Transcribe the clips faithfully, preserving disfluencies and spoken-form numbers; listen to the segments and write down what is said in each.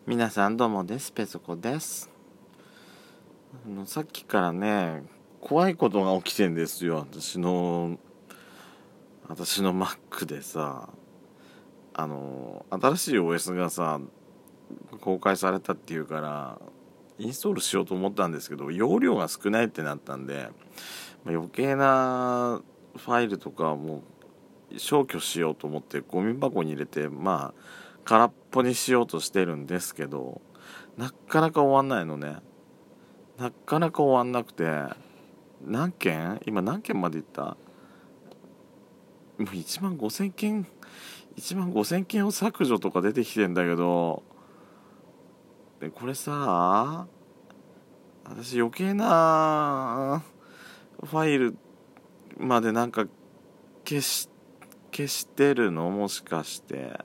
皆さんどうもです。ペソコです。あのさっきからね怖いことが起きてんですよ。私の私の Mac でさ、あの新しい オーエス がさ公開されたっていうからインストールしようと思ったんですけど、容量が少ないってなったんで、まあ、余計なファイルとかも消去しようと思ってゴミ箱に入れて、まあ空っぽにしようとしてるんですけど、なかなか終わんないのね。なかなか終わんなくて、何件今何件までいった？もういちまんごせんけんいちまんごせんけんを削除とか出てきてんだけど、でこれさ、私余計なファイルまでなんか消し消してるの？もしかして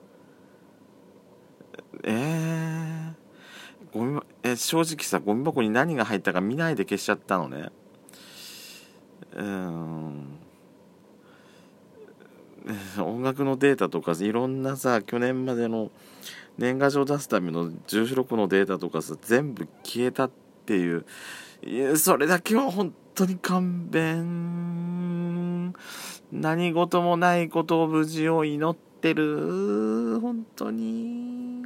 えー、ゴミえ正直さ、ゴミ箱に何が入ったか見ないで消しちゃったのね。うーん音楽のデータとかいろんなさ、去年までの年賀状出すための住所録のデータとかさ、全部消えたっていう、いやそれだけは本当に勘弁。何事もないことを無事を祈ってる。本当に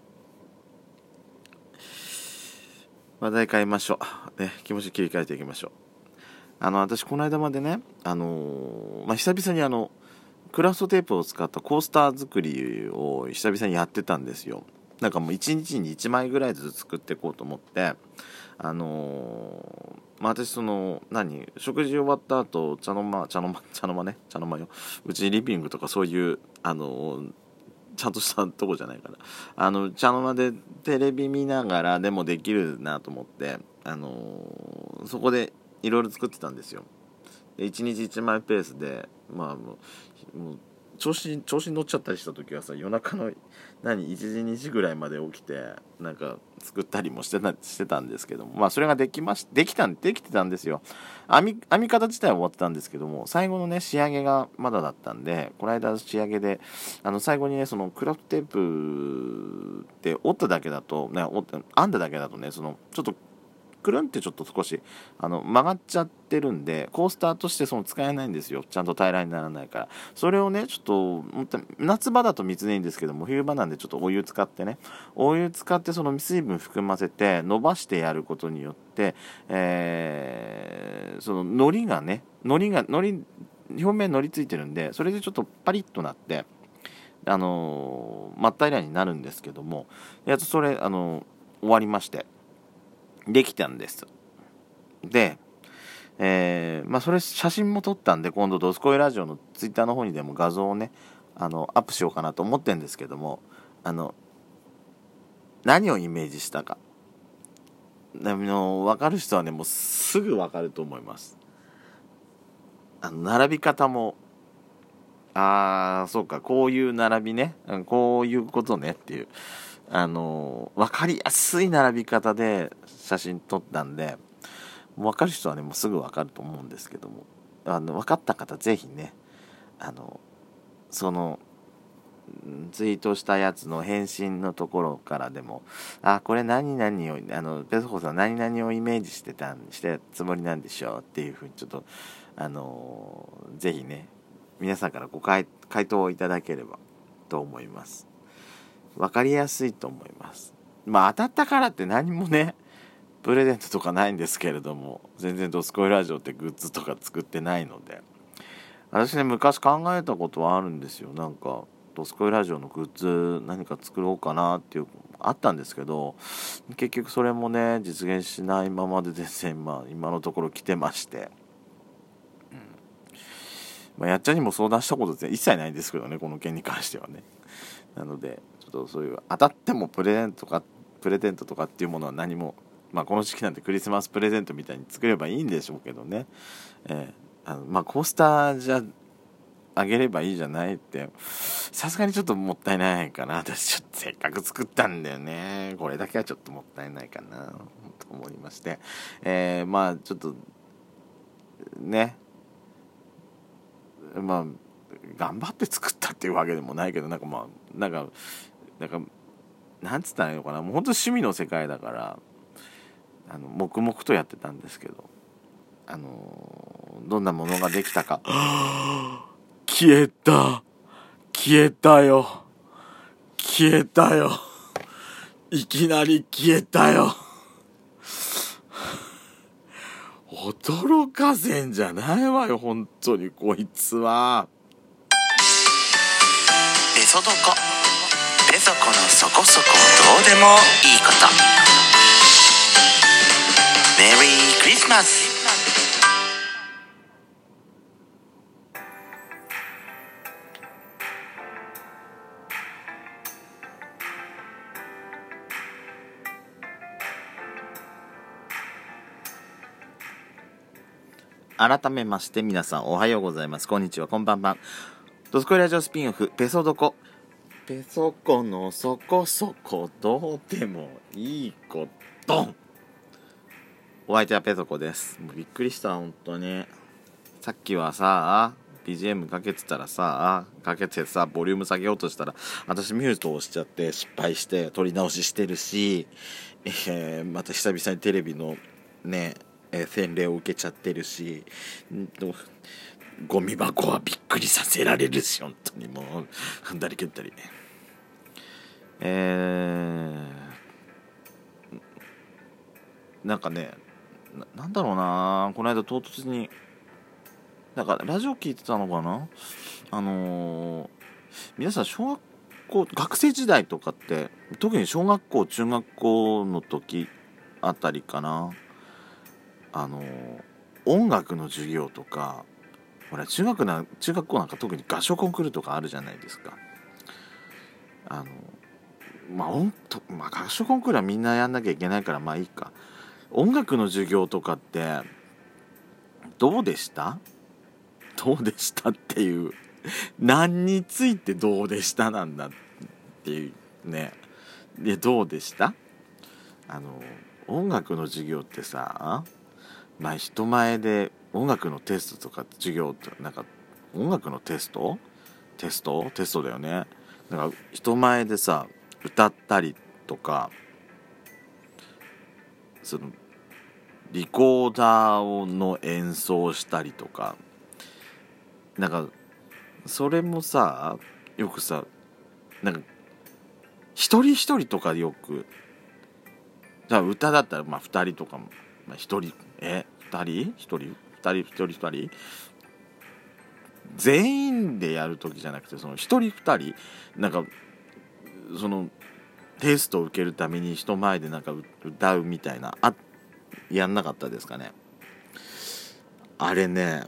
話題変えましょう、ね、気持ち切り替えていきましょう。あの私この間までね、あのー、まあ久々にあのクラフトテープを使ったコースター作りを久々にやってたんですよ。なんかもういちにちにいちまいぐらいずつ作っていこうと思って、あのー、まあ私その何食事終わった後茶の間茶の間茶の間ね茶の間よ、うちリビングとかそういうあのーちゃんとしたとこじゃないから、あの茶の間でテレビ見ながらでもできるなと思って、あのー、そこでいろいろ作ってたんですよ。いちにちいちまいペースで、まあもうもう調子調子に乗っちゃったりした時はさ、夜中の何いちじにじぐらいまで起きてなんか作ったりもしてたしてたんですけども、まあそれができましできたできてたんですよ。編み編み方自体は終わってたんですけども、最後のね仕上げがまだだったんで、この間仕上げであの最後にね、そのクラフトテープって折っただけだとね、折った編んだだけだとね、そのちょっとくるんってちょっと少しあの曲がっちゃってるんで、コースターとしてその使えないんですよ。ちゃんと平らにならないから。それをねちょっと夏場だと水でいいんですけども、冬場なんでちょっとお湯使ってねお湯使ってその水分含ませて伸ばしてやることによって、えー、その海苔がね海苔が海苔表面海苔ついてるんで、それでちょっとパリッとなってあのー、真っ平らになるんですけども、やっとそれあのー、終わりましてできたんです。で、えー、まあそれ写真も撮ったんで、今度ドスコイラジオのツイッターの方にでも画像をねあのアップしようかなと思ってるんですけども、あの何をイメージしたかでも分かる人はねもうすぐ分かると思います。あの並び方も、ああそうか、こういう並びね、こういうことねっていう、あの分かりやすい並び方で写真撮ったんで、分かる人はねもうすぐ分かると思うんですけども、あの分かった方ぜひね、あのそのツイートしたやつの返信のところからでも、あこれ何々をあのペソコさん何々をイメージしてたんしてつもりなんでしょうっていうふうにちょっとあのぜひね皆さんからご回回答をいただければと思います。分かりやすいと思います。まあ当たったからって何もねプレゼントとかないんですけれども、全然ドスコイラジオってグッズとか作ってないので、私ね昔考えたことはあるんですよ。なんかドスコイラジオのグッズ何か作ろうかなっていうあったんですけど、結局それもね実現しないままでですね、まあ、今のところ来てまして、うんまあ、やっちゃんにも相談したことって一切ないんですけどね、この件に関してはね。なのでちょっとそういう当たってもプレゼントとかプレゼントとかっていうものは何も、まあこの時期なんてクリスマスプレゼントみたいに作ればいいんでしょうけどね、えー、あのまあコースターじゃあげればいいじゃないって、さすがにちょっともったいないかな。私ちょっとせっかく作ったんだよね、これだけはちょっともったいないかなと思いまして、えー、まあちょっとねまあ頑張って作ったっていうわけでもないけど、なんかまあなんかなんかなんつったらいいのかな、もうほんと趣味の世界だから、あの黙々とやってたんですけど、あのどんなものができたか消えた消えたよ消えたよいきなり消えたよ驚かせんじゃないわよ本当にこいつは。 ペソドコ、ペソコのそこそこどうでもいいこと。メリークリスマス。 改めまして皆さんおはようございます、こんにちは、こんばんは。ドスコイラジオスピンオフペソドコ、ペソコのそこそこどうでもいいこと。お相手はペソコです。もうびっくりした本当に。さっきはさ ビージーエム かけてたらさかけてさボリューム下げようとしたら私ミュートをしちゃって失敗して撮り直ししてるし、えー、また久々にテレビのねえー、洗礼を受けちゃってるし、んゴミ箱はびっくりさせられるし、本当にもう踏んだり蹴ったり、えー、なんかね な, なんだろうな、この間唐突になんかラジオ聞いてたのかな、あのー、皆さん小学校学生時代とかって特に小学校中学校の時あたりかな、あの音楽の授業とか、ほら中学な中学校なんか特に合唱コンクールとかあるじゃないですか。あのまあ音と、まあ、合唱コンクールはみんなやんなきゃいけないからまあいいか。音楽の授業とかってどうでしたどうでしたっていう何についてどうでしたなんだっていうね。でどうでした、あの音楽の授業ってさ、まあ人前で音楽のテストとか授業ってなんか音楽のテストテストテストだよね。なんか人前でさ歌ったりとか、そのリコーダーの演奏したりとか、なんかそれもさよくさなんか一人一人とかでよく、じゃあ歌だったらまあ二人とかも、まあ、一人え二人一人二人一人二人全員でやるときじゃなくて、その一人二人なんかそのテストを受けるために人前でなんか歌うみたいな、あやんなかったですかね。あれね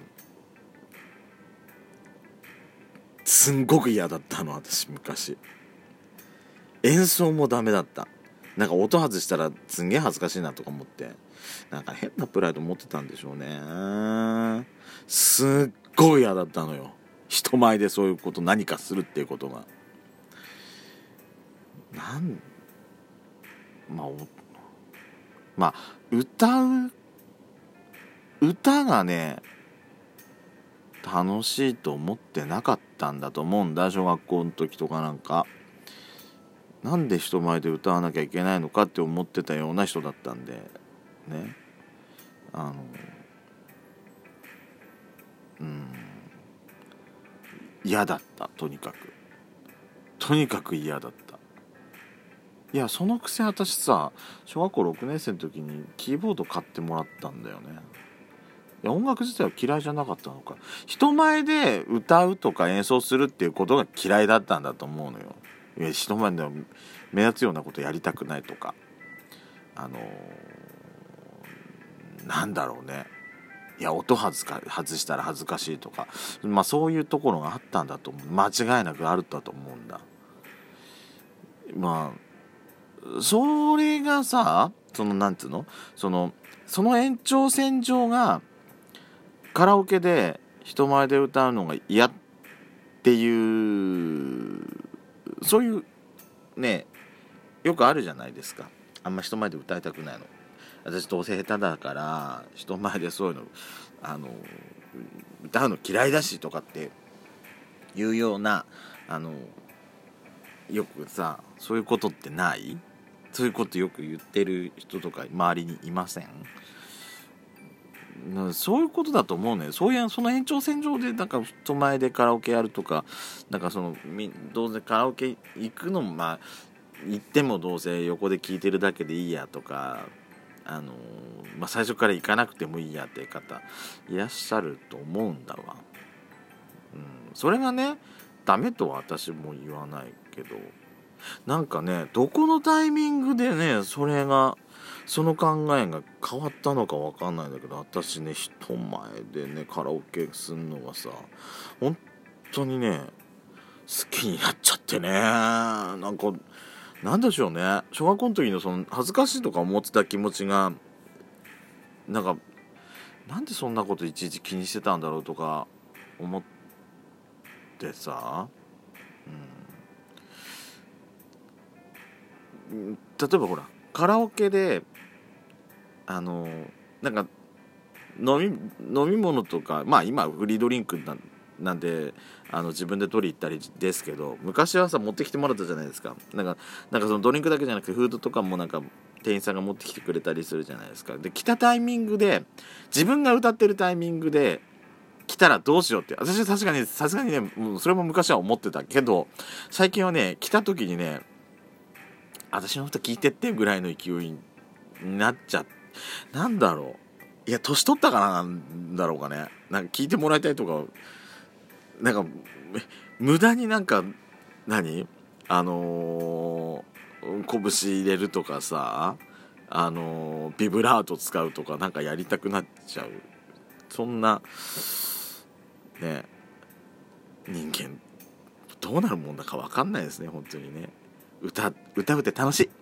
すんごく嫌だったの私昔。演奏もダメだった。なんか音外したらすんげえ恥ずかしいなとか思って、なんか変なプライド持ってたんでしょうね。すっごい嫌だったのよ、人前でそういうこと何かするっていうことが。なんまあまあ歌う歌がね楽しいと思ってなかったんだと思うんだ、小学校の時とかなんか。なんで人前で歌わなきゃいけないのかって思ってたような人だったんでね。あのうん嫌だった、とにかくとにかく嫌だった。いやそのくせ私さ小学校ろくねん生の時にキーボード買ってもらったんだよね。いや音楽自体は嫌いじゃなかったのか、人前で歌うとか演奏するっていうことが嫌いだったんだと思うのよ。いや人前で目立つようなことやりたくないとか、あのー、なんだろうね、いや音外すか外したら恥ずかしいとか、まあそういうところがあったんだと思う。間違いなくあるんだと思うんだ。まあそれがさ、そのなんつうのそのその延長線上がカラオケで人前で歌うのが嫌っていう、そういうねよくあるじゃないですか。あんま人前で歌いたくないの、私どうせ下手だから人前でそういうのあの歌うの嫌いだしとかっていうようなあのよくさ、そういうことってない？そういうことよく言ってる人とか周りにいません？そういうことだと思うね。そういうその延長線上でなんか人前でカラオケやるとか、なんかそのどうせカラオケ行くのもまあ行ってもどうせ横で聞いてるだけでいいやとか、あのまあ最初から行かなくてもいいやって方いらっしゃると思うんだわ。うん、それがねダメとは私も言わないけど、なんかねどこのタイミングでねそれがその考えが変わったのかわかんないんだけど、私ね人前でねカラオケすんのがさ本当にね好きになっちゃってね、なんかなんでしょうね、小学校の時のその恥ずかしいとか思ってた気持ちがなんかなんでそんなこといちいち気にしてたんだろうとか思ってさ、うん、例えばほらカラオケであのなんか飲み飲み物とか、まあ今フリードリンクななんであの自分で取り行ったりですけど、昔はさ持ってきてもらったじゃないですか。なんかなんかそのドリンクだけじゃなくてフードとかもなんか店員さんが持ってきてくれたりするじゃないですか。で来たタイミングで自分が歌ってるタイミングで来たらどうしようって、私は確かにさすがにねもうそれも昔は思ってたけど、最近はね来た時にね私の歌聞いてってぐらいの勢いになっちゃって、なんだろう、いや年取ったからなんだろうかね、なんか聞いてもらいたいとか、なんか無駄になんか何あのー、拳入れるとかさ、あのー、ビブラート使うとかなんかやりたくなっちゃう、そんなね人間どうなるもんだか分かんないですね本当にね。歌歌うって楽しい。